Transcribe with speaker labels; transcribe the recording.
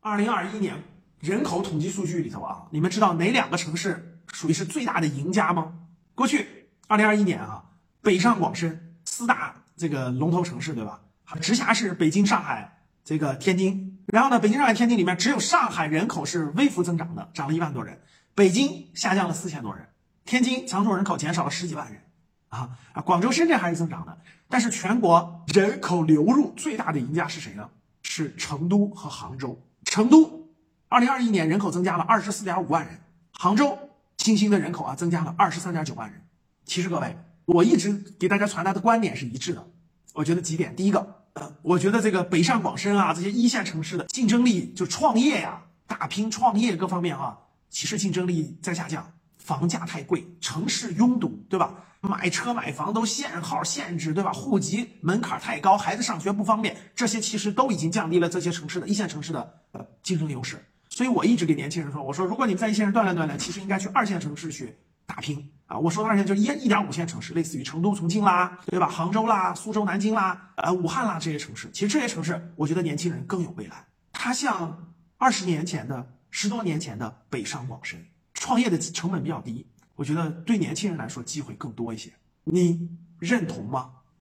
Speaker 1: 2021年人口统计数据里头啊，你们知道哪两个城市属于是最大的赢家吗？过去2021年啊，北上广深四大这个龙头城市，对吧？直辖市北京、上海、天津。然后呢，北京、上海、天津里面只有上海人口是微幅增长的，涨了1万多人；北京下降了4000多人，天津常住人口减少了10几万人。广州、深圳还是增长的，但是全国人口流入最大的赢家是谁呢？是成都和杭州。成都2021年人口增加了24.5万人，杭州新兴的人口增加了23.9万人。其实各位，我一直给大家传达的观点是一致的。我觉得几点，第一个，我觉得这个北上广深这些一线城市的竞争力，就创业打拼创业各方面其实竞争力在下降，房价太贵，城市拥堵，对吧？买车买房都限号限制，对吧？户籍门槛太高，孩子上学不方便，这些其实都已经降低了这些城市的一线城市的竞争优势。所以我一直给年轻人说，我说如果你们在一线上锻炼，其实应该去2线城市去打拼我说的2线就是1.5线城市，类似于成都、重庆啦，对吧？杭州啦、苏州、南京啦、武汉啦这些城市，其实这些城市我觉得年轻人更有未来。它像10多年前的北上广深，创业的成本比较低，我觉得对年轻人来说机会更多一些，你认同吗？